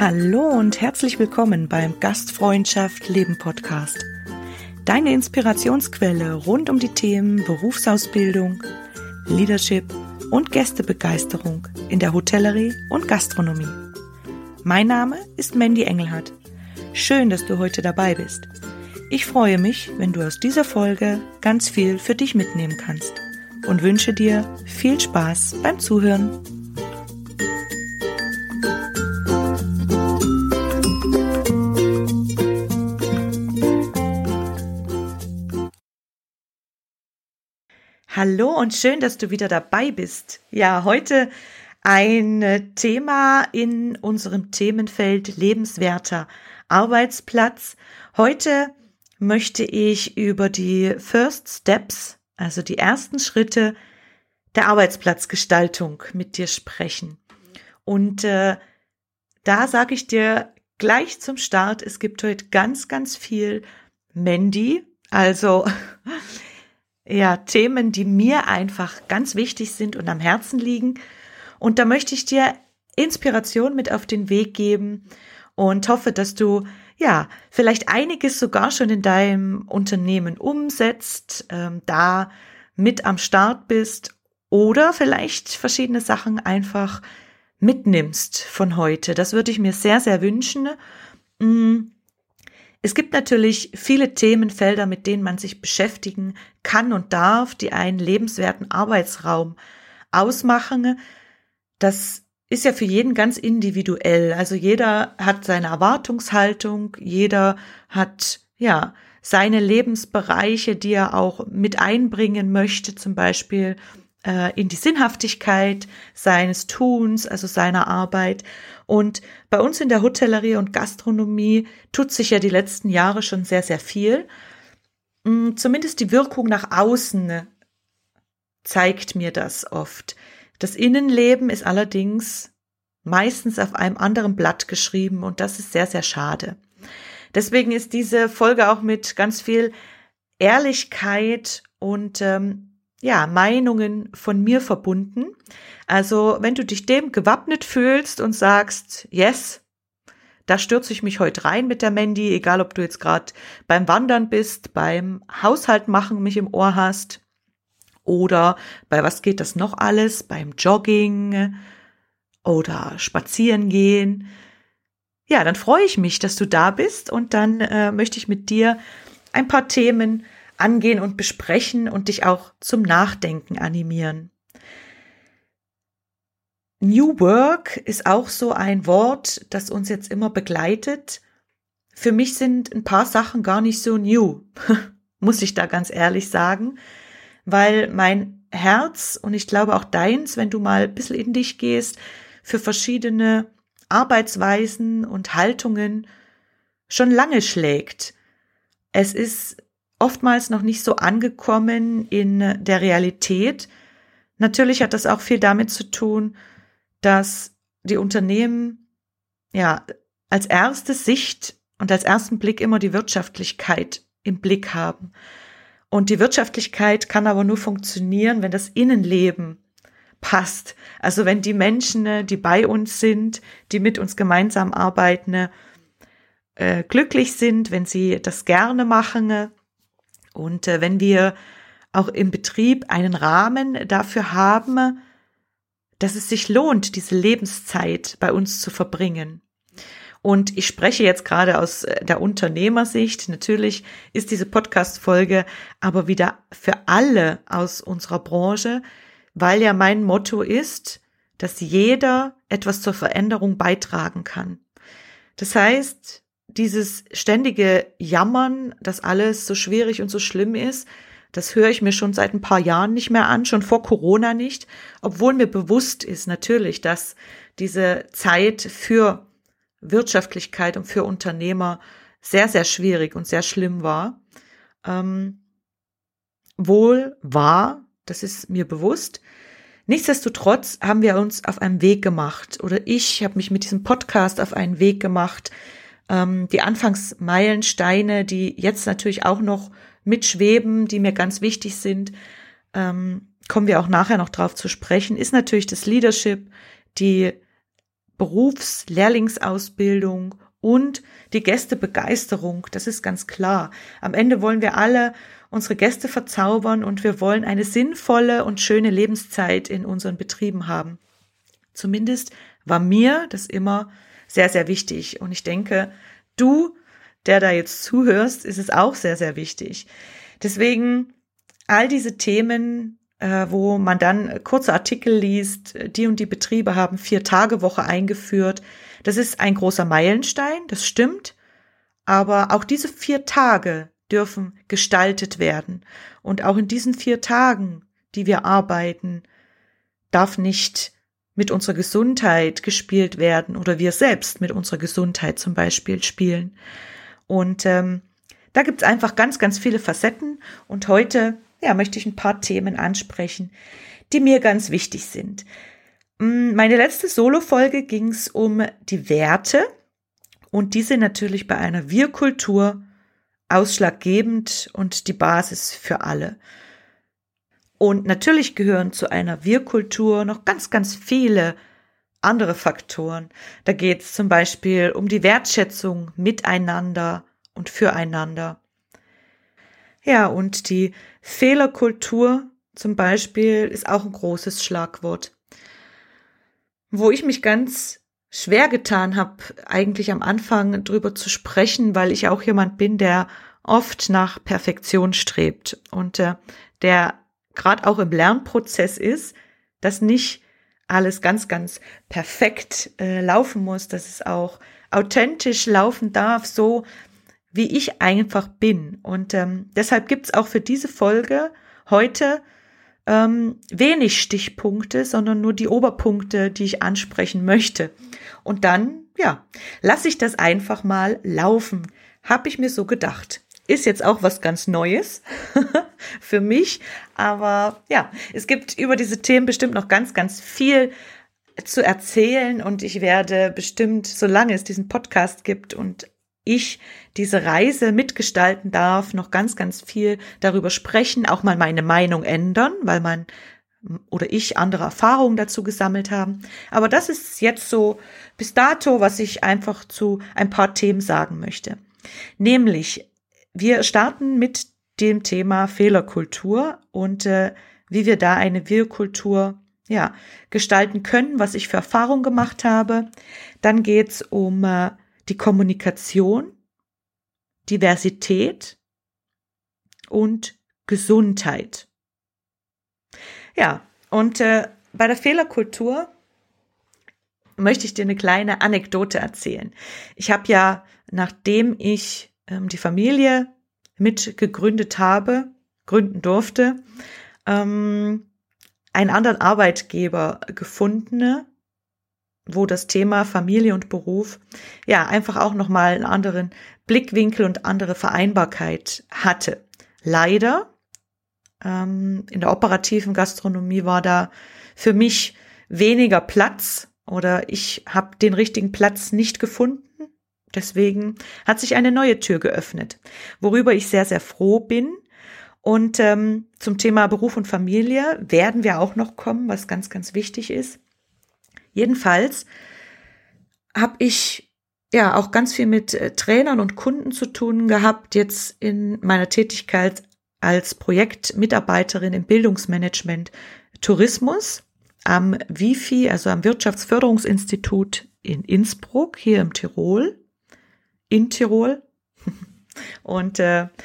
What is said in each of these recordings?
Hallo und herzlich willkommen beim Gastfreundschaft Leben Podcast. Deine Inspirationsquelle rund um die Themen Berufsausbildung, Leadership und Gästebegeisterung in der Hotellerie und Gastronomie. Mein Name ist Mandy Engelhardt. Schön, dass du heute dabei bist. Ich freue mich, wenn du aus dieser Folge ganz viel für dich mitnehmen kannst und wünsche dir viel Spaß beim Zuhören. Hallo und schön, dass du wieder dabei bist. Ja, heute ein Thema in unserem Themenfeld lebenswerter Arbeitsplatz. Heute möchte ich über die First Steps, also die ersten Schritte der Arbeitsplatzgestaltung mit dir sprechen. Und da sage ich dir gleich zum Start, es gibt heute ganz, ganz viel Mandy, also ja, Themen, die mir einfach ganz wichtig sind und am Herzen liegen. Und da möchte ich dir Inspiration mit auf den Weg geben und hoffe, dass du ja vielleicht einiges sogar schon in deinem Unternehmen umsetzt, da mit am Start bist oder vielleicht verschiedene Sachen einfach mitnimmst von heute. Das würde ich mir sehr, sehr wünschen. Es gibt natürlich viele Themenfelder, mit denen man sich beschäftigen kann und darf, die einen lebenswerten Arbeitsraum ausmachen. Das ist ja für jeden ganz individuell. Also jeder hat seine Erwartungshaltung, jeder hat ja seine Lebensbereiche, die er auch mit einbringen möchte, zum Beispiel in die Sinnhaftigkeit seines Tuns, also seiner Arbeit. Und bei uns in der Hotellerie und Gastronomie tut sich ja die letzten Jahre schon sehr, sehr viel. Zumindest die Wirkung nach außen zeigt mir das oft. Das Innenleben ist allerdings meistens auf einem anderen Blatt geschrieben und das ist sehr, sehr schade. Deswegen ist diese Folge auch mit ganz viel Ehrlichkeit und Meinungen von mir verbunden. Also wenn du dich dem gewappnet fühlst und sagst, yes, da stürze ich mich heute rein mit der Mandy, egal ob du jetzt gerade beim Wandern bist, beim Haushalt machen mich im Ohr hast oder bei was geht das noch alles, beim Jogging oder spazieren gehen. Ja, dann freue ich mich, dass du da bist und dann möchte ich mit dir ein paar Themen angehen und besprechen und dich auch zum Nachdenken animieren. New Work ist auch so ein Wort, das uns jetzt immer begleitet. Für mich sind ein paar Sachen gar nicht so new, muss ich da ganz ehrlich sagen, weil mein Herz und ich glaube auch deins, wenn du mal ein bisschen in dich gehst, für verschiedene Arbeitsweisen und Haltungen schon lange schlägt. Es ist oftmals noch nicht so angekommen in der Realität. Natürlich hat das auch viel damit zu tun, dass die Unternehmen ja als erste Sicht und als ersten Blick immer die Wirtschaftlichkeit im Blick haben. Und die Wirtschaftlichkeit kann aber nur funktionieren, wenn das Innenleben passt. Also wenn die Menschen, die bei uns sind, die mit uns gemeinsam arbeiten, glücklich sind, wenn sie das gerne machen. Und wenn wir auch im Betrieb einen Rahmen dafür haben, dass es sich lohnt, diese Lebenszeit bei uns zu verbringen. Und ich spreche jetzt gerade aus der Unternehmersicht. Natürlich ist diese Podcast-Folge aber wieder für alle aus unserer Branche, weil ja mein Motto ist, dass jeder etwas zur Veränderung beitragen kann. Das heißt, dieses ständige Jammern, dass alles so schwierig und so schlimm ist, das höre ich mir schon seit ein paar Jahren nicht mehr an, schon vor Corona nicht, obwohl mir bewusst ist natürlich, dass diese Zeit für Wirtschaftlichkeit und für Unternehmer sehr, sehr schwierig und sehr schlimm war. Wohl wahr, das ist mir bewusst. Nichtsdestotrotz haben wir uns auf einen Weg gemacht oder ich habe mich mit diesem Podcast auf einen Weg gemacht, die Anfangsmeilensteine, die jetzt natürlich auch noch mitschweben, die mir ganz wichtig sind, kommen wir auch nachher noch drauf zu sprechen, ist natürlich das Leadership, die Berufslehrlingsausbildung und die Gästebegeisterung, das ist ganz klar. Am Ende wollen wir alle unsere Gäste verzaubern und wir wollen eine sinnvolle und schöne Lebenszeit in unseren Betrieben haben. Zumindest war mir das immer sehr, sehr wichtig. Und ich denke, du, der da jetzt zuhörst, ist es auch sehr, sehr wichtig. Deswegen all diese Themen, wo man dann kurze Artikel liest, die und die Betriebe haben 4-Tage-Woche eingeführt. Das ist ein großer Meilenstein, das stimmt. Aber auch diese 4 Tage dürfen gestaltet werden. Und auch in diesen 4 Tagen, die wir arbeiten, darf nicht mit unserer Gesundheit gespielt werden oder wir selbst mit unserer Gesundheit zum Beispiel spielen. Und da gibt's einfach ganz, ganz viele Facetten. Und heute möchte ich ein paar Themen ansprechen, die mir ganz wichtig sind. Meine letzte Solo-Folge ging's um die Werte und die sind natürlich bei einer Wir-Kultur ausschlaggebend und die Basis für alle. Und natürlich gehören zu einer Wir-Kultur noch ganz, ganz viele andere Faktoren. Da geht's zum Beispiel um die Wertschätzung miteinander und füreinander. Ja, und die Fehlerkultur zum Beispiel ist auch ein großes Schlagwort. Wo ich mich ganz schwer getan habe, eigentlich am Anfang drüber zu sprechen, weil ich auch jemand bin, der oft nach Perfektion strebt und der gerade auch im Lernprozess ist, dass nicht alles ganz, ganz perfekt laufen muss, dass es auch authentisch laufen darf, so wie ich einfach bin. Und deshalb gibt's auch für diese Folge heute wenig Stichpunkte, sondern nur die Oberpunkte, die ich ansprechen möchte. Und dann, lasse ich das einfach mal laufen. Habe ich mir so gedacht. Ist jetzt auch was ganz Neues für mich. Aber es gibt über diese Themen bestimmt noch ganz, ganz viel zu erzählen. Und ich werde bestimmt, solange es diesen Podcast gibt und ich diese Reise mitgestalten darf, noch ganz, ganz viel darüber sprechen, auch mal meine Meinung ändern, weil man oder ich andere Erfahrungen dazu gesammelt haben. Aber das ist jetzt so bis dato, was ich einfach zu ein paar Themen sagen möchte. Nämlich, wir starten mit dem Thema Fehlerkultur und wie wir da eine Wir-Kultur gestalten können, was ich für Erfahrungen gemacht habe. Dann geht's um die Kommunikation, Diversität und Gesundheit. Ja, und bei der Fehlerkultur möchte ich dir eine kleine Anekdote erzählen. Ich habe ja, nachdem ich die Familie gründen durfte, einen anderen Arbeitgeber gefunden, wo das Thema Familie und Beruf einfach auch nochmal einen anderen Blickwinkel und andere Vereinbarkeit hatte. Leider in der operativen Gastronomie war da für mich weniger Platz oder ich habe den richtigen Platz nicht gefunden. Deswegen hat sich eine neue Tür geöffnet, worüber ich sehr, sehr froh bin. Und zum Thema Beruf und Familie werden wir auch noch kommen, was ganz, ganz wichtig ist. Jedenfalls habe ich auch ganz viel mit Trainern und Kunden zu tun gehabt, jetzt in meiner Tätigkeit als Projektmitarbeiterin im Bildungsmanagement Tourismus am WIFI, also am Wirtschaftsförderungsinstitut in Innsbruck, hier im Tirol, in Tirol. Und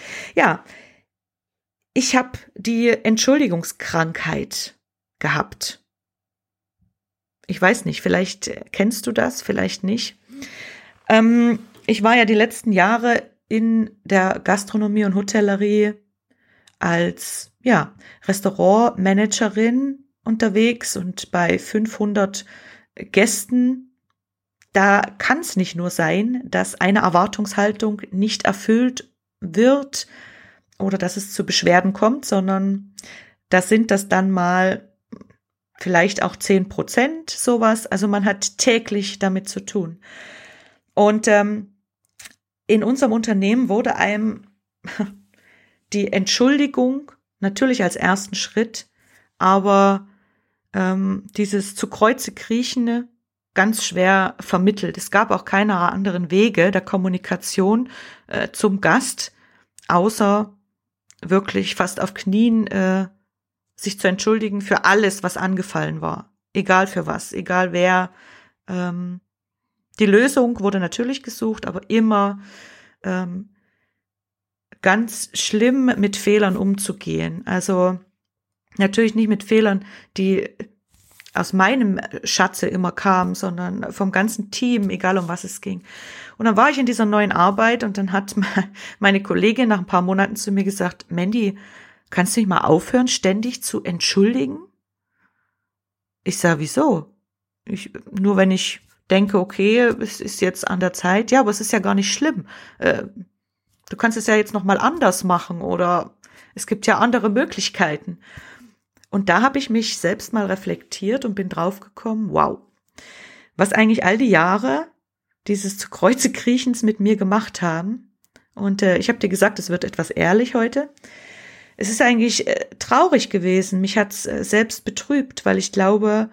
ich habe die Entschuldigungskrankheit gehabt. Ich weiß nicht, vielleicht kennst du das, vielleicht nicht. Ich war ja die letzten Jahre in der Gastronomie und Hotellerie als Restaurantmanagerin unterwegs und bei 500 Gästen. Da kann es nicht nur sein, dass eine Erwartungshaltung nicht erfüllt wird oder dass es zu Beschwerden kommt, sondern das sind das dann mal vielleicht auch 10%, sowas. Also man hat täglich damit zu tun. Und in unserem Unternehmen wurde einem die Entschuldigung natürlich als ersten Schritt, aber dieses zu Kreuze kriechende ganz schwer vermittelt. Es gab auch keine anderen Wege der Kommunikation zum Gast, außer wirklich fast auf Knien sich zu entschuldigen für alles, was angefallen war. Egal für was, egal wer. Die Lösung wurde natürlich gesucht, aber immer ganz schlimm mit Fehlern umzugehen. Also natürlich nicht mit Fehlern, die aus meinem Schatze immer kamen, sondern vom ganzen Team, egal um was es ging. Und dann war ich in dieser neuen Arbeit und dann hat meine Kollegin nach ein paar Monaten zu mir gesagt, Mandy, kannst du nicht mal aufhören, ständig zu entschuldigen? Ich sage, wieso? Nur wenn ich denke, okay, es ist jetzt an der Zeit, ja, aber es ist ja gar nicht schlimm. Du kannst es ja jetzt noch mal anders machen oder es gibt ja andere Möglichkeiten. Und da habe ich mich selbst mal reflektiert und bin draufgekommen, wow, was eigentlich all die Jahre dieses zu Kreuze Kriechens mit mir gemacht haben. Und ich habe dir gesagt, es wird etwas ehrlich heute. Es ist eigentlich traurig gewesen. Mich hat es selbst betrübt, weil ich glaube,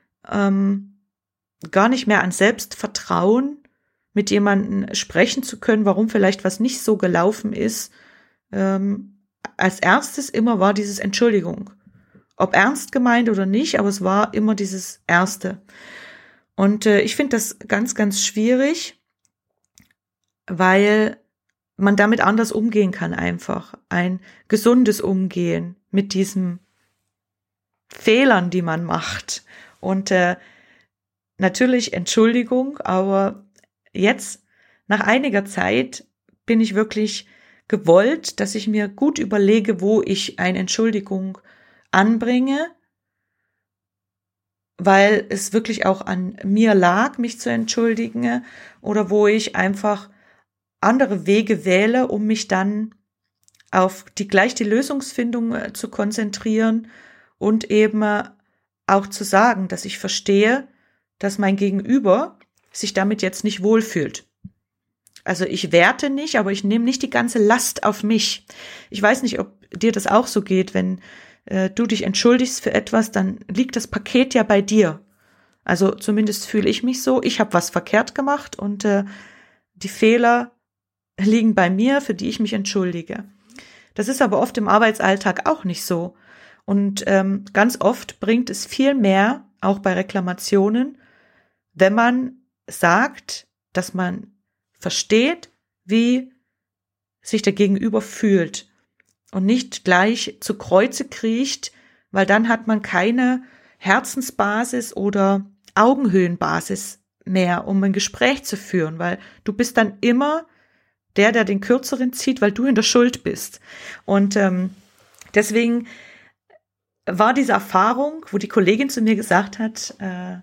gar nicht mehr an Selbstvertrauen, mit jemandem sprechen zu können, warum vielleicht was nicht so gelaufen ist. Als erstes immer war dieses Entschuldigung. Ob ernst gemeint oder nicht, aber es war immer dieses Erste. Und ich finde das ganz, ganz schwierig, weil man damit anders umgehen kann einfach. Ein gesundes Umgehen mit diesen Fehlern, die man macht. Und natürlich Entschuldigung, aber jetzt, nach einiger Zeit, bin ich wirklich gewollt, dass ich mir gut überlege, wo ich eine Entschuldigung anbringe, weil es wirklich auch an mir lag, mich zu entschuldigen, oder wo ich einfach andere Wege wähle, um mich dann auf die Lösungsfindung zu konzentrieren und eben auch zu sagen, dass ich verstehe, dass mein Gegenüber sich damit jetzt nicht wohlfühlt. Also ich werte nicht, aber ich nehme nicht die ganze Last auf mich. Ich weiß nicht, ob dir das auch so geht, wenn du dich entschuldigst für etwas, dann liegt das Paket ja bei dir. Also zumindest fühle ich mich so. Ich habe was verkehrt gemacht und die Fehler liegen bei mir, für die ich mich entschuldige. Das ist aber oft im Arbeitsalltag auch nicht so. Und ganz oft bringt es viel mehr, auch bei Reklamationen, wenn man sagt, dass man versteht, wie sich der Gegenüber fühlt und nicht gleich zu Kreuze kriecht, weil dann hat man keine Herzensbasis oder Augenhöhenbasis mehr, um ein Gespräch zu führen, weil du bist dann immer der den Kürzeren zieht, weil du in der Schuld bist. Und deswegen war diese Erfahrung, wo die Kollegin zu mir gesagt hat,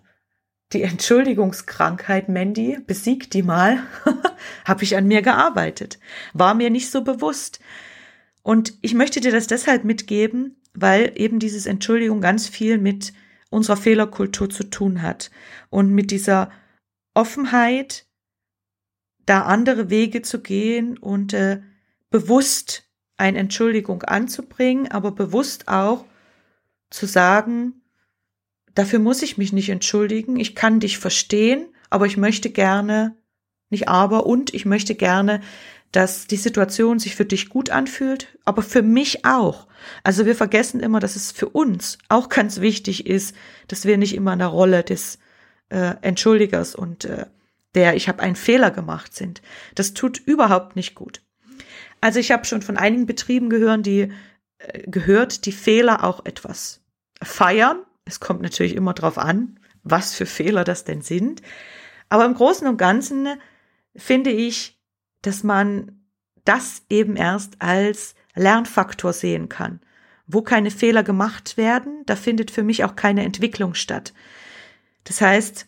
die Entschuldigungskrankheit, Mandy, besieg die mal, habe ich an mir gearbeitet. War mir nicht so bewusst. Und ich möchte dir das deshalb mitgeben, weil eben dieses Entschuldigung ganz viel mit unserer Fehlerkultur zu tun hat und mit dieser Offenheit, da andere Wege zu gehen und bewusst eine Entschuldigung anzubringen, aber bewusst auch zu sagen, dafür muss ich mich nicht entschuldigen, ich kann dich verstehen, aber ich möchte gerne, ich möchte gerne, dass die Situation sich für dich gut anfühlt, aber für mich auch. Also wir vergessen immer, dass es für uns auch ganz wichtig ist, dass wir nicht immer in der Rolle des Entschuldigers und ich habe einen Fehler gemacht sind. Das tut überhaupt nicht gut. Also ich habe schon von einigen Betrieben gehört, die Fehler auch etwas feiern. Es kommt natürlich immer drauf an, was für Fehler das denn sind. Aber im Großen und Ganzen finde ich, dass man das eben erst als Lernfaktor sehen kann. Wo keine Fehler gemacht werden, da findet für mich auch keine Entwicklung statt. Das heißt,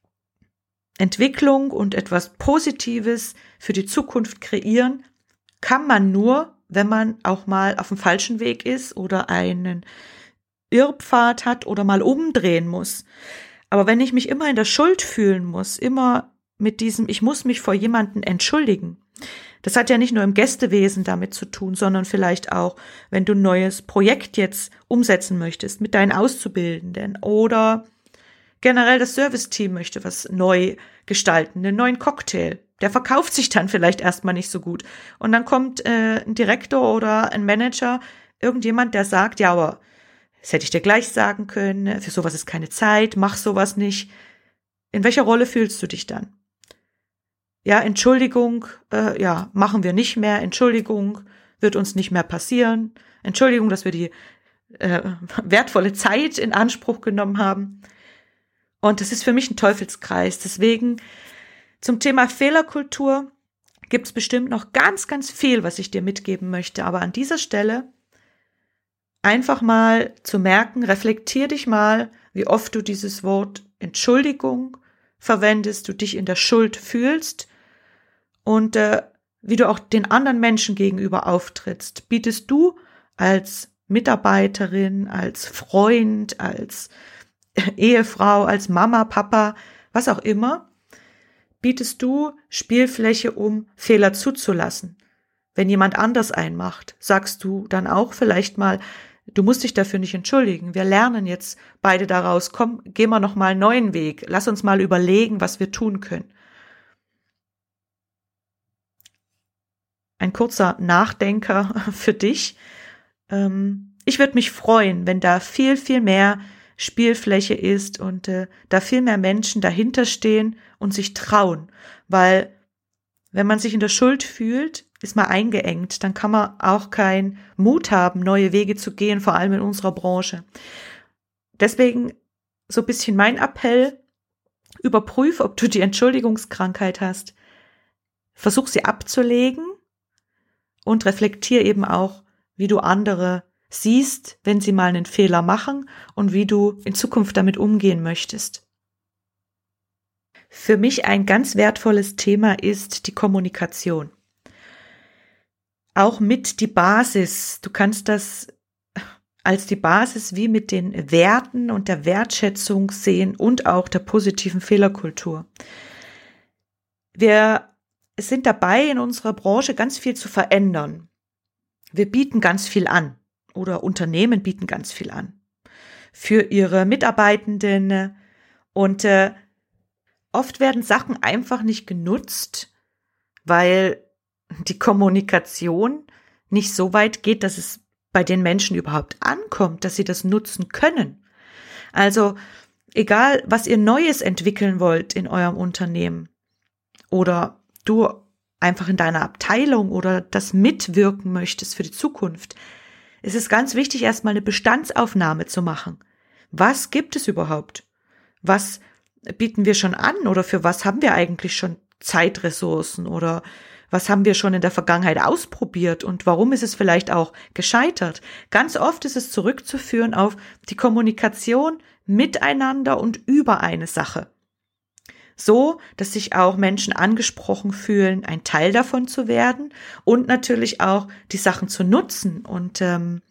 Entwicklung und etwas Positives für die Zukunft kreieren kann man nur, wenn man auch mal auf dem falschen Weg ist oder einen Irrpfad hat oder mal umdrehen muss. Aber wenn ich mich immer in der Schuld fühlen muss, immer mit diesem, ich muss mich vor jemandem entschuldigen, das hat ja nicht nur im Gästewesen damit zu tun, sondern vielleicht auch, wenn du ein neues Projekt jetzt umsetzen möchtest mit deinen Auszubildenden oder Generell das Serviceteam möchte was neu gestalten, einen neuen Cocktail. Der verkauft sich dann vielleicht erstmal nicht so gut. Und dann kommt ein Direktor oder ein Manager, irgendjemand, der sagt, ja, aber das hätte ich dir gleich sagen können, für sowas ist keine Zeit, mach sowas nicht. In welcher Rolle fühlst du dich dann? Ja, Entschuldigung, ja, machen wir nicht mehr, Entschuldigung, wird uns nicht mehr passieren, Entschuldigung, dass wir die wertvolle Zeit in Anspruch genommen haben. Und das ist für mich ein Teufelskreis. Deswegen zum Thema Fehlerkultur gibt es bestimmt noch ganz, ganz viel, was ich dir mitgeben möchte. Aber an dieser Stelle einfach mal zu merken, reflektier dich mal, wie oft du dieses Wort Entschuldigung verwendest, du dich in der Schuld fühlst und wie du auch den anderen Menschen gegenüber auftrittst. Bietest du als Mitarbeiterin, als Freund, als Ehefrau, als Mama, Papa, was auch immer, bietest du Spielfläche, um Fehler zuzulassen. Wenn jemand anders einen macht, sagst du dann auch vielleicht mal, du musst dich dafür nicht entschuldigen. Wir lernen jetzt beide daraus. Komm, gehen wir noch mal einen neuen Weg. Lass uns mal überlegen, was wir tun können. Ein kurzer Nachdenker für dich. Ich würde mich freuen, wenn da viel, viel mehr Spielfläche ist und da viel mehr Menschen dahinter stehen und sich trauen. Weil wenn man sich in der Schuld fühlt, ist man eingeengt, dann kann man auch keinen Mut haben, neue Wege zu gehen, vor allem in unserer Branche. Deswegen so ein bisschen mein Appell, überprüf, ob du die Entschuldigungskrankheit hast. Versuch sie abzulegen und reflektier eben auch, wie du andere siehst, wenn sie mal einen Fehler machen und wie du in Zukunft damit umgehen möchtest. Für mich ein ganz wertvolles Thema ist die Kommunikation. Auch mit die Basis. Du kannst das als die Basis wie mit den Werten und der Wertschätzung sehen und auch der positiven Fehlerkultur. Wir sind dabei, in unserer Branche ganz viel zu verändern. Wir bieten ganz viel an oder Unternehmen bieten ganz viel an für ihre Mitarbeitenden und oft werden Sachen einfach nicht genutzt, weil die Kommunikation nicht so weit geht, dass es bei den Menschen überhaupt ankommt, dass sie das nutzen können. Also egal, was ihr Neues entwickeln wollt in eurem Unternehmen oder du einfach in deiner Abteilung oder das mitwirken möchtest für die Zukunft, ist es ganz wichtig, erstmal eine Bestandsaufnahme zu machen. Was gibt es überhaupt? Was bieten wir schon an oder für was haben wir eigentlich schon Zeitressourcen oder was haben wir schon in der Vergangenheit ausprobiert und warum ist es vielleicht auch gescheitert? Ganz oft ist es zurückzuführen auf die Kommunikation miteinander und über eine Sache. So, dass sich auch Menschen angesprochen fühlen, ein Teil davon zu werden und natürlich auch die Sachen zu nutzen. Und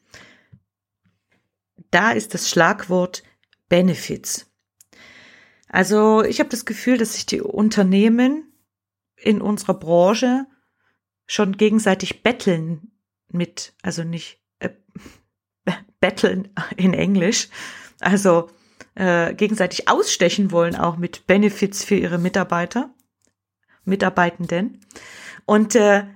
da ist das Schlagwort Benefits. Also ich habe das Gefühl, dass sich die Unternehmen in unserer Branche schon gegenseitig betteln mit, also nicht betteln in Englisch, also gegenseitig ausstechen wollen, auch mit Benefits für ihre Mitarbeitenden. Und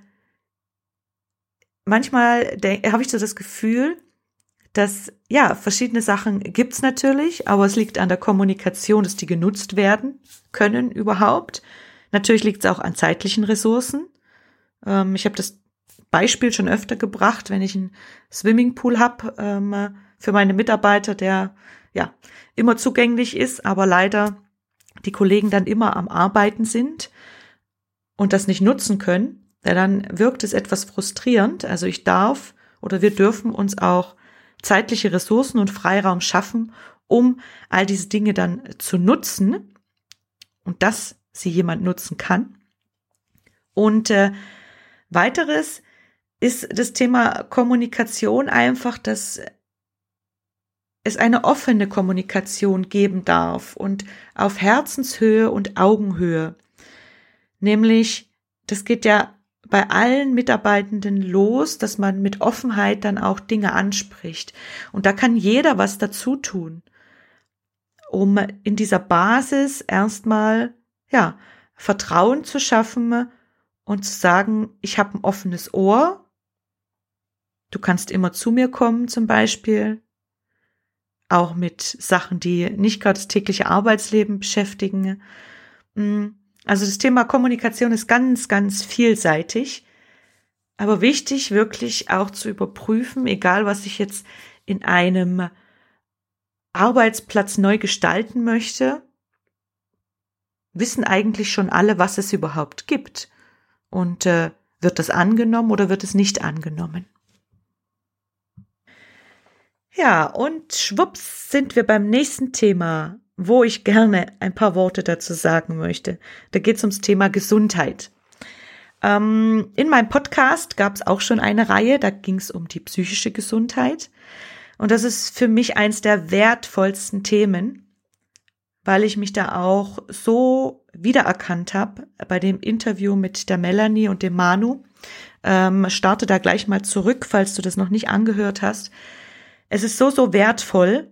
manchmal habe ich so das Gefühl, dass, ja, verschiedene Sachen gibt's natürlich, aber es liegt an der Kommunikation, dass die genutzt werden können überhaupt. Natürlich liegt es auch an zeitlichen Ressourcen. Ich habe das Beispiel schon öfter gebracht, wenn ich einen Swimmingpool habe für meine Mitarbeiter, der ja immer zugänglich ist, aber leider die Kollegen dann immer am Arbeiten sind und das nicht nutzen können, dann wirkt es etwas frustrierend. Also ich darf oder wir dürfen uns auch zeitliche Ressourcen und Freiraum schaffen, um all diese Dinge dann zu nutzen und dass sie jemand nutzen kann. Und weiteres ist das Thema Kommunikation einfach, dass es eine offene Kommunikation geben darf und auf Herzenshöhe und Augenhöhe. Nämlich, das geht ja bei allen Mitarbeitenden los, dass man mit Offenheit dann auch Dinge anspricht. Und da kann jeder was dazu tun. um in dieser Basis erstmal, ja, Vertrauen zu schaffen und zu sagen, ich habe ein offenes Ohr. Du kannst immer zu mir kommen zum Beispiel, auch mit Sachen, die nicht gerade das tägliche Arbeitsleben beschäftigen. Also das Thema Kommunikation ist ganz, ganz vielseitig, aber wichtig wirklich auch zu überprüfen, egal was ich jetzt in einem Arbeitsplatz neu gestalten möchte, wissen eigentlich schon alle, was es überhaupt gibt. Und wird das angenommen oder wird es nicht angenommen? Ja, und schwupps sind wir beim nächsten Thema, wo ich gerne ein paar Worte dazu sagen möchte. Da geht es ums Thema Gesundheit. In meinem Podcast gab es auch schon eine Reihe, da ging es um die psychische Gesundheit. Und das ist für mich eins der wertvollsten Themen, weil ich mich da auch so wiedererkannt habe bei dem Interview mit der Melanie und dem Manu. Starte da gleich mal zurück, falls du das noch nicht angehört hast. Es ist so wertvoll.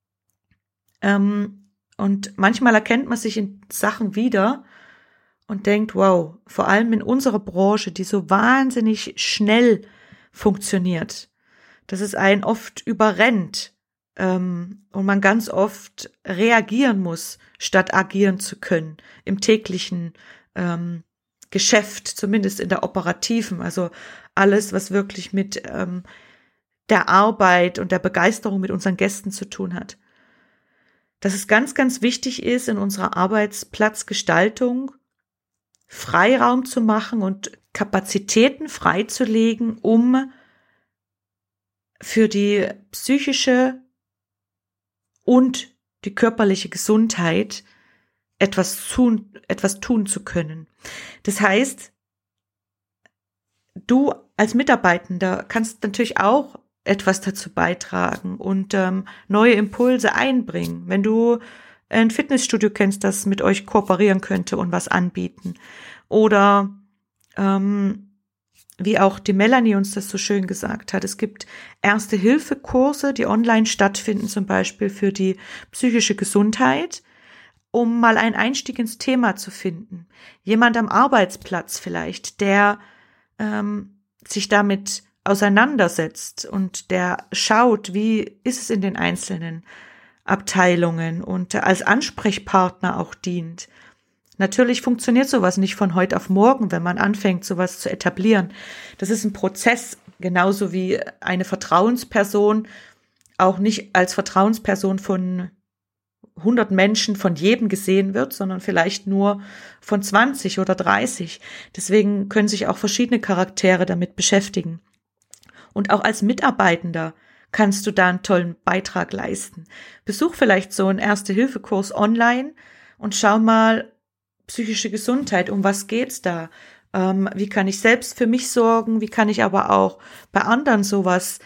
Und manchmal erkennt man sich in Sachen wieder und denkt, wow, vor allem in unserer Branche, die so wahnsinnig schnell funktioniert, dass es einen oft überrennt und man ganz oft reagieren muss, statt agieren zu können im täglichen Geschäft, zumindest in der operativen, also alles, was wirklich mit der Arbeit und der Begeisterung mit unseren Gästen zu tun hat. Dass es ganz, ganz wichtig ist, in unserer Arbeitsplatzgestaltung Freiraum zu machen und Kapazitäten freizulegen, um für die psychische und die körperliche Gesundheit etwas tun zu können. Das heißt, du als Mitarbeitender kannst natürlich auch etwas dazu beitragen und neue Impulse einbringen. Wenn du ein Fitnessstudio kennst, das mit euch kooperieren könnte und was anbieten. Oder wie auch die Melanie uns das so schön gesagt hat, es gibt Erste-Hilfe-Kurse, die online stattfinden, zum Beispiel für die psychische Gesundheit, um mal einen Einstieg ins Thema zu finden. Jemand am Arbeitsplatz vielleicht, der sich damit auseinandersetzt und der schaut, wie ist es in den einzelnen Abteilungen und als Ansprechpartner auch dient. Natürlich funktioniert sowas nicht von heute auf morgen, wenn man anfängt, sowas zu etablieren. Das ist ein Prozess, genauso wie eine Vertrauensperson auch nicht als Vertrauensperson von 100 Menschen von jedem gesehen wird, sondern vielleicht nur von 20 oder 30. Deswegen können sich auch verschiedene Charaktere damit beschäftigen. Und auch als Mitarbeitender kannst du da einen tollen Beitrag leisten. Besuch vielleicht so einen Erste-Hilfe-Kurs online und schau mal, psychische Gesundheit, um was geht's da? Wie kann ich selbst für mich sorgen? Wie kann ich aber auch bei anderen sowas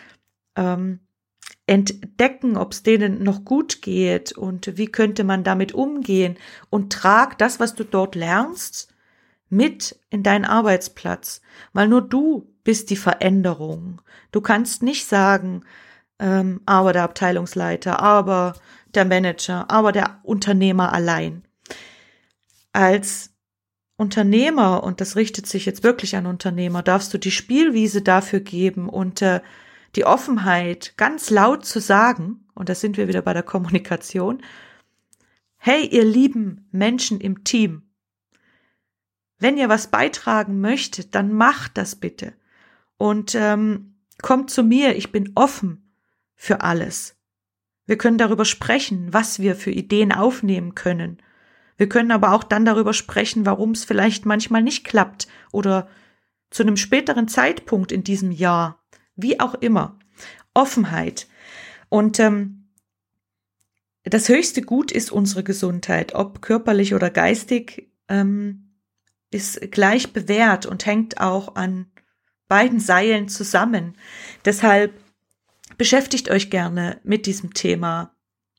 entdecken, ob es denen noch gut geht und wie könnte man damit umgehen? Und trag das, was du dort lernst, mit in deinen Arbeitsplatz, weil nur du bist die Veränderung. Du kannst nicht sagen, aber der Abteilungsleiter, aber der Manager, aber der Unternehmer allein. Als Unternehmer, und das richtet sich jetzt wirklich an Unternehmer, darfst du die Spielwiese dafür geben und die Offenheit ganz laut zu sagen, und da sind wir wieder bei der Kommunikation, hey, ihr lieben Menschen im Team, wenn ihr was beitragen möchtet, dann macht das bitte und kommt zu mir, ich bin offen für alles. Wir können darüber sprechen, was wir für Ideen aufnehmen können. Wir können aber auch dann darüber sprechen, warum es vielleicht manchmal nicht klappt oder zu einem späteren Zeitpunkt in diesem Jahr, wie auch immer. Offenheit. Und das höchste Gut ist unsere Gesundheit, ob körperlich oder geistig, ist gleich bewährt und hängt auch an beiden Seilen zusammen. Deshalb beschäftigt euch gerne mit diesem Thema.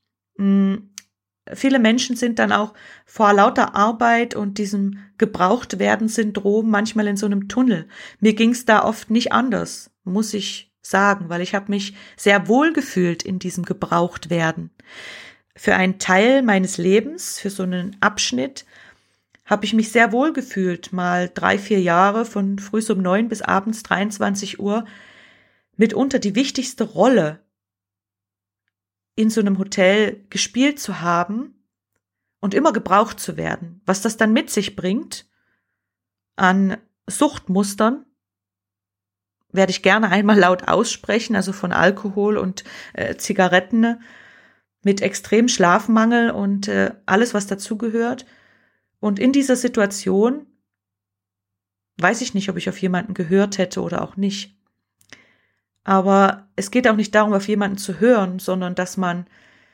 Viele Menschen sind dann auch vor lauter Arbeit und diesem Gebrauchtwerden-Syndrom manchmal in so einem Tunnel. Mir ging es da oft nicht anders, muss ich sagen, weil ich habe mich sehr wohl gefühlt in diesem Gebrauchtwerden. Für einen Teil meines Lebens, für so einen Abschnitt, habe ich mich sehr wohl gefühlt, mal 3-4 Jahre von früh um 9 bis abends 23 Uhr, mitunter die wichtigste Rolle in so einem Hotel gespielt zu haben und immer gebraucht zu werden. Was das dann mit sich bringt an Suchtmustern, werde ich gerne einmal laut aussprechen, also von Alkohol und Zigaretten mit extrem Schlafmangel und alles, was dazugehört. Und in dieser Situation weiß ich nicht, ob ich auf jemanden gehört hätte oder auch nicht. Aber es geht auch nicht darum, auf jemanden zu hören, sondern dass man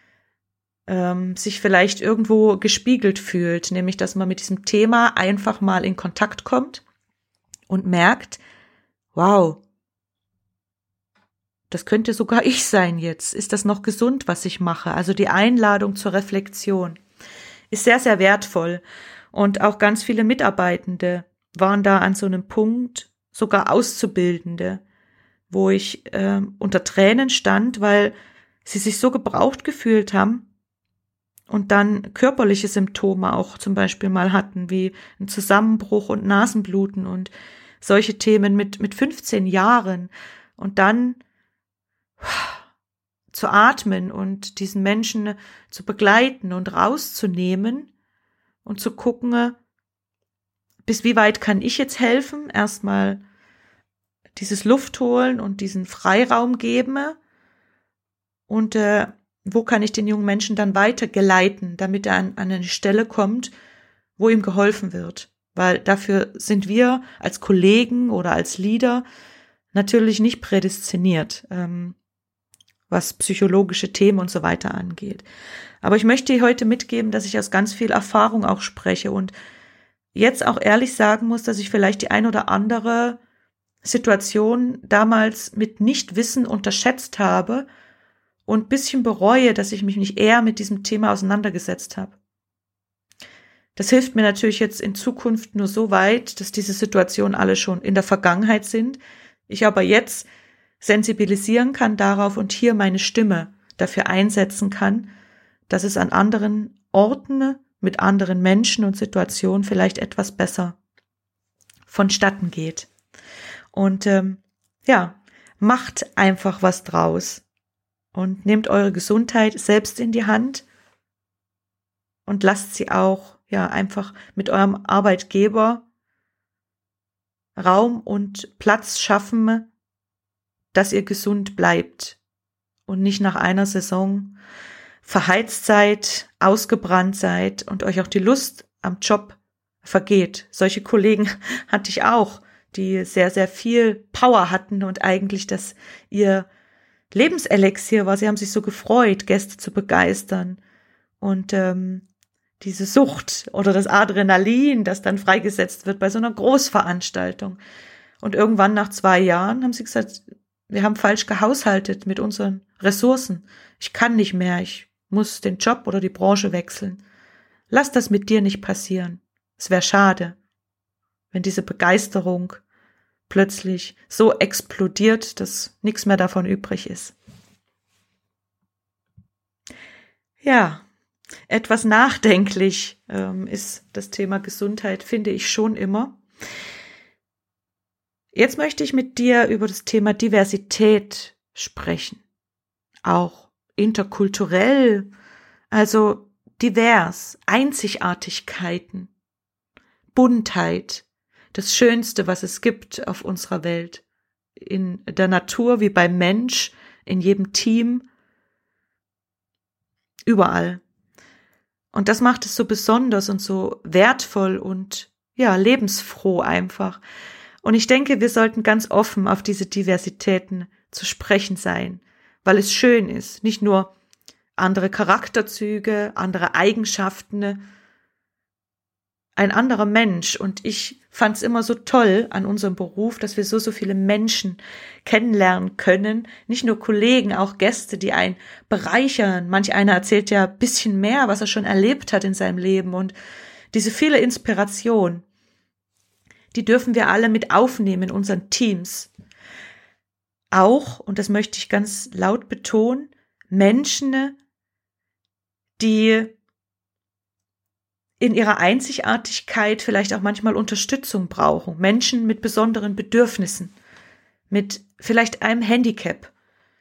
sich vielleicht irgendwo gespiegelt fühlt, nämlich dass man mit diesem Thema einfach mal in Kontakt kommt und merkt, wow, das könnte sogar ich sein jetzt. Ist das noch gesund, was ich mache? Also die Einladung zur Reflexion ist sehr, sehr wertvoll. Und auch ganz viele Mitarbeitende waren da an so einem Punkt, sogar Auszubildende, wo ich unter Tränen stand, weil sie sich so gebraucht gefühlt haben und dann körperliche Symptome auch zum Beispiel mal hatten, wie ein Zusammenbruch und Nasenbluten und solche Themen mit 15 Jahren. Und dann zu atmen und diesen Menschen zu begleiten und rauszunehmen und zu gucken, bis wie weit kann ich jetzt helfen, erstmal dieses Luft holen und diesen Freiraum geben und wo kann ich den jungen Menschen dann weitergeleiten, damit er an eine Stelle kommt, wo ihm geholfen wird. Weil dafür sind wir als Kollegen oder als Leader natürlich nicht prädestiniert, was psychologische Themen und so weiter angeht. Aber ich möchte dir heute mitgeben, dass ich aus ganz viel Erfahrung auch spreche und jetzt auch ehrlich sagen muss, dass ich vielleicht die ein oder andere Situation damals mit Nichtwissen unterschätzt habe und ein bisschen bereue, dass ich mich nicht eher mit diesem Thema auseinandergesetzt habe. Das hilft mir natürlich jetzt in Zukunft nur so weit, dass diese Situationen alle schon in der Vergangenheit sind. Ich aber jetzt sensibilisieren kann darauf und hier meine Stimme dafür einsetzen kann, dass es an anderen Orten mit anderen Menschen und Situationen vielleicht etwas besser vonstatten geht. Und macht einfach was draus und nehmt eure Gesundheit selbst in die Hand und lasst sie auch einfach mit eurem Arbeitgeber Raum und Platz schaffen, dass ihr gesund bleibt und nicht nach einer Saison verheizt seid, ausgebrannt seid und euch auch die Lust am Job vergeht. Solche Kollegen hatte ich auch, die sehr, sehr viel Power hatten und eigentlich das ihr Lebenselixier war. Sie haben sich so gefreut, Gäste zu begeistern und diese Sucht oder das Adrenalin, das dann freigesetzt wird bei so einer Großveranstaltung. Und irgendwann nach 2 Jahren haben sie gesagt, wir haben falsch gehaushaltet mit unseren Ressourcen. Ich kann nicht mehr, ich muss den Job oder die Branche wechseln. Lass das mit dir nicht passieren. Es wäre schade, wenn diese Begeisterung plötzlich so explodiert, dass nichts mehr davon übrig ist. Ja, etwas nachdenklich ist das Thema Gesundheit, finde ich schon immer. Jetzt möchte ich mit dir über das Thema Diversität sprechen. Auch interkulturell, also divers, Einzigartigkeiten, Buntheit, das Schönste, was es gibt auf unserer Welt. In der Natur wie beim Mensch, in jedem Team, überall. Und das macht es so besonders und so wertvoll und lebensfroh einfach. Und ich denke, wir sollten ganz offen auf diese Diversitäten zu sprechen sein, weil es schön ist, nicht nur andere Charakterzüge, andere Eigenschaften, ein anderer Mensch. Und ich fand es immer so toll an unserem Beruf, dass wir so viele Menschen kennenlernen können, nicht nur Kollegen, auch Gäste, die einen bereichern. Manch einer erzählt ja ein bisschen mehr, was er schon erlebt hat in seinem Leben und diese viele Inspiration, die dürfen wir alle mit aufnehmen in unseren Teams. Auch, und das möchte ich ganz laut betonen, Menschen, die in ihrer Einzigartigkeit vielleicht auch manchmal Unterstützung brauchen. Menschen mit besonderen Bedürfnissen, mit vielleicht einem Handicap.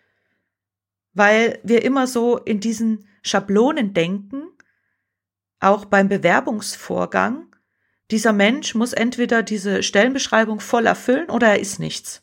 Weil wir immer so in diesen Schablonen denken, auch beim Bewerbungsvorgang, dieser Mensch muss entweder diese Stellenbeschreibung voll erfüllen oder er ist nichts.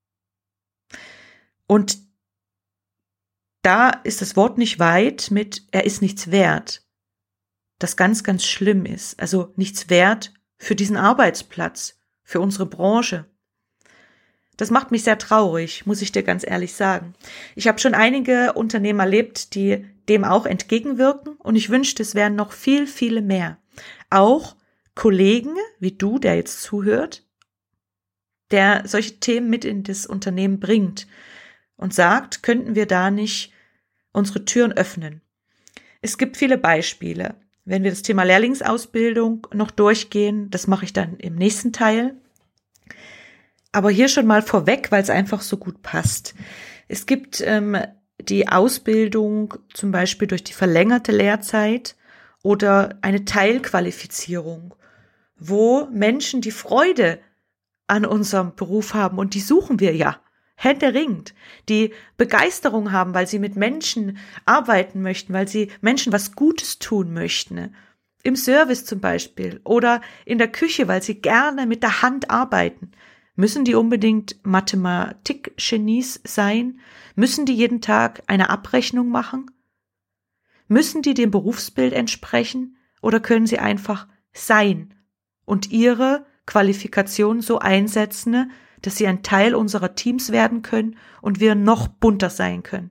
Und da ist das Wort nicht weit mit, er ist nichts wert. Das ganz, ganz schlimm ist. Also nichts wert für diesen Arbeitsplatz, für unsere Branche. Das macht mich sehr traurig, muss ich dir ganz ehrlich sagen. Ich habe schon einige Unternehmen erlebt, die dem auch entgegenwirken und ich wünschte, es wären noch viel, viele mehr. Auch Kollegen wie du, der jetzt zuhört, der solche Themen mit in das Unternehmen bringt und sagt, könnten wir da nicht unsere Türen öffnen. Es gibt viele Beispiele. Wenn wir das Thema Lehrlingsausbildung noch durchgehen, das mache ich dann im nächsten Teil. Aber hier schon mal vorweg, weil es einfach so gut passt. Es gibt die Ausbildung zum Beispiel durch die verlängerte Lehrzeit oder eine Teilqualifizierung, wo Menschen die Freude an unserem Beruf haben und die suchen wir ja händeringend, die Begeisterung haben, weil sie mit Menschen arbeiten möchten, weil sie Menschen was Gutes tun möchten, im Service zum Beispiel oder in der Küche, weil sie gerne mit der Hand arbeiten. Müssen die unbedingt Mathematik-Genies sein? Müssen die jeden Tag eine Abrechnung machen? Müssen die dem Berufsbild entsprechen oder können sie einfach sein und ihre Qualifikation so einsetzen, dass sie ein Teil unserer Teams werden können und wir noch bunter sein können?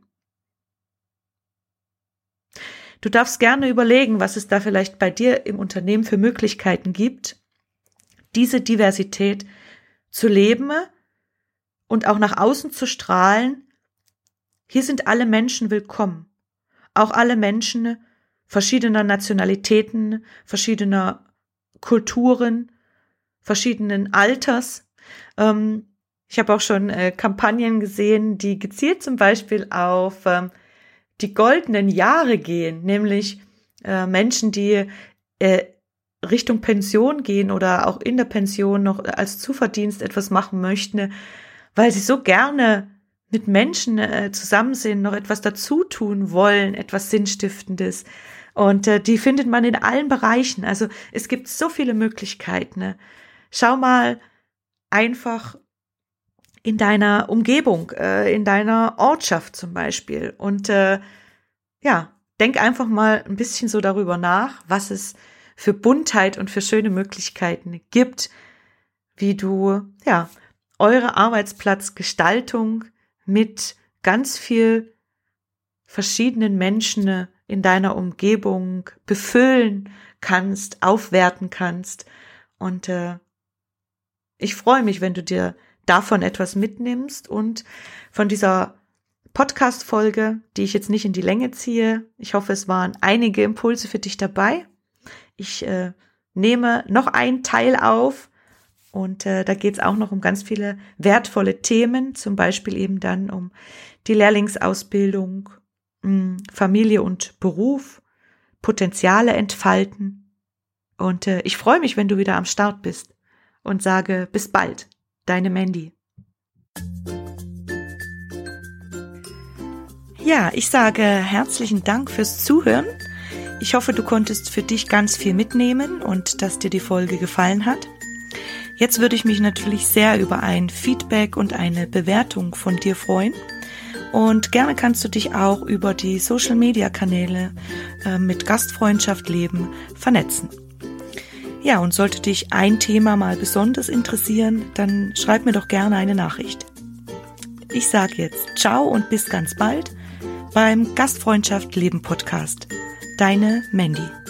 Du darfst gerne überlegen, was es da vielleicht bei dir im Unternehmen für Möglichkeiten gibt, diese Diversität zu leben und auch nach außen zu strahlen. Hier sind alle Menschen willkommen. Auch alle Menschen verschiedener Nationalitäten, verschiedener Kulturen, verschiedenen Alters. Ich habe auch schon Kampagnen gesehen, die gezielt zum Beispiel auf die goldenen Jahre gehen, nämlich Menschen, die Richtung Pension gehen oder auch in der Pension noch als Zuverdienst etwas machen möchten, weil sie so gerne mit Menschen zusammen sind, noch etwas dazu tun wollen, etwas Sinnstiftendes. Und die findet man in allen Bereichen. Also es gibt so viele Möglichkeiten. Schau mal einfach in deiner Umgebung, in deiner Ortschaft zum Beispiel. Und denk einfach mal ein bisschen so darüber nach, was es für Buntheit und für schöne Möglichkeiten gibt, wie du eure Arbeitsplatzgestaltung mit ganz viel verschiedenen Menschen in deiner Umgebung befüllen kannst, aufwerten kannst. Und ich freue mich, wenn du dir davon etwas mitnimmst und von dieser Podcast-Folge, die ich jetzt nicht in die Länge ziehe. Ich hoffe, es waren einige Impulse für dich dabei. Ich nehme noch einen Teil auf und da geht es auch noch um ganz viele wertvolle Themen, zum Beispiel eben dann um die Lehrlingsausbildung, Familie und Beruf, Potenziale entfalten. Und ich freue mich, wenn du wieder am Start bist und sage bis bald, deine Mandy. Ja, ich sage herzlichen Dank fürs Zuhören. Ich hoffe, du konntest für dich ganz viel mitnehmen und dass dir die Folge gefallen hat. Jetzt würde ich mich natürlich sehr über ein Feedback und eine Bewertung von dir freuen. Und gerne kannst du dich auch über die Social-Media-Kanäle mit Gastfreundschaft leben vernetzen. Ja, und sollte dich ein Thema mal besonders interessieren, dann schreib mir doch gerne eine Nachricht. Ich sage jetzt ciao und bis ganz bald beim Gastfreundschaft Leben Podcast. Deine Mandy.